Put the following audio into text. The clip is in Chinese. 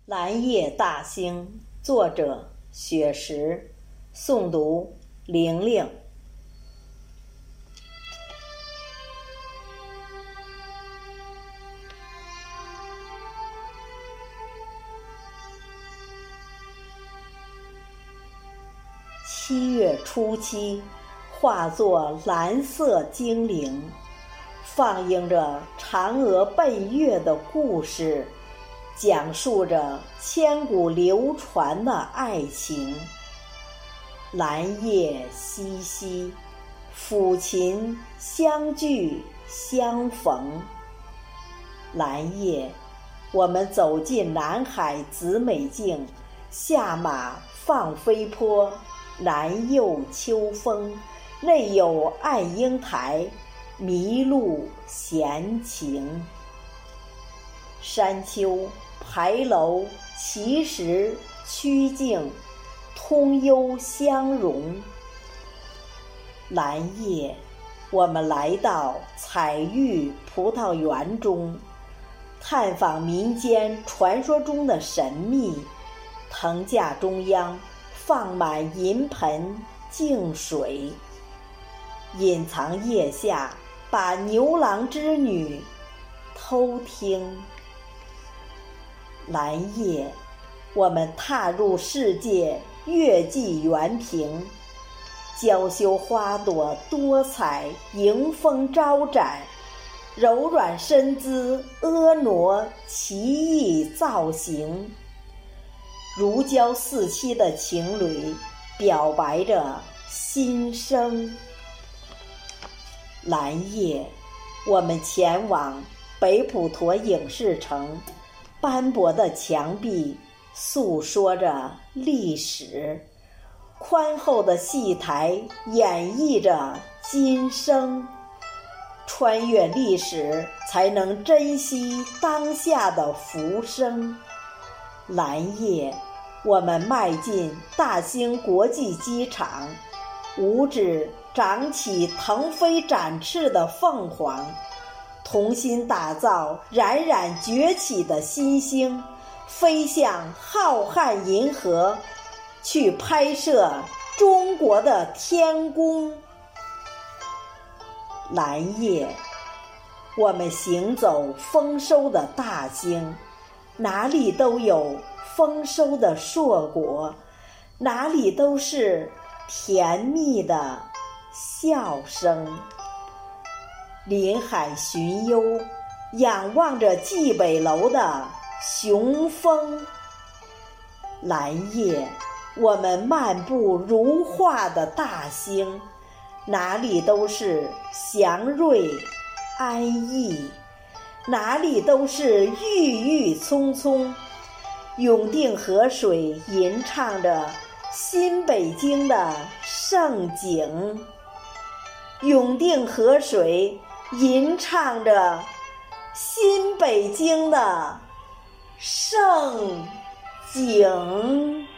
蓝夜大兴，作者雪石，诵读玲玲。7月初七，化作蓝色精灵，放映着嫦娥奔月的故事，讲述着千古流传的爱情。蓝夜淅淅，抚琴相聚相逢。蓝夜，我们走进南海紫美径，下马放飞坡，南诱秋风，内有爱英台，麋鹿闲情。山丘牌楼奇石曲径，通幽相融。蓝夜，我们来到彩玉葡萄园中，探访民间传说中的神秘。藤架中央放满银盆净水，隐藏腋下把牛郎织女偷听。蓝夜，我们踏入世界月季园亭，娇羞花朵多彩，迎风招展，柔软身姿婀娜奇异造型。如胶似漆的情侣表白着心声。蓝夜，我们前往北普陀影视城，斑驳的墙壁诉说着历史，宽厚的戏台演绎着今生。穿越历史，才能珍惜当下的浮生。蓝夜，我们迈进大兴国际机场，五指长起腾飞展翅的凤凰，同心打造冉冉崛起的新星，飞向浩瀚银河，去拍摄中国的天宫。蓝夜，我们行走丰收的大兴，哪里都有丰收的硕果，哪里都是甜蜜的笑声。临海寻幽，仰望着蓟北楼的雄风。蓝夜，我们漫步如画的大兴，哪里都是祥瑞安逸，哪里都是郁郁葱葱。永定河水吟唱着新北京的盛景，永定河水吟唱着新北京的盛景。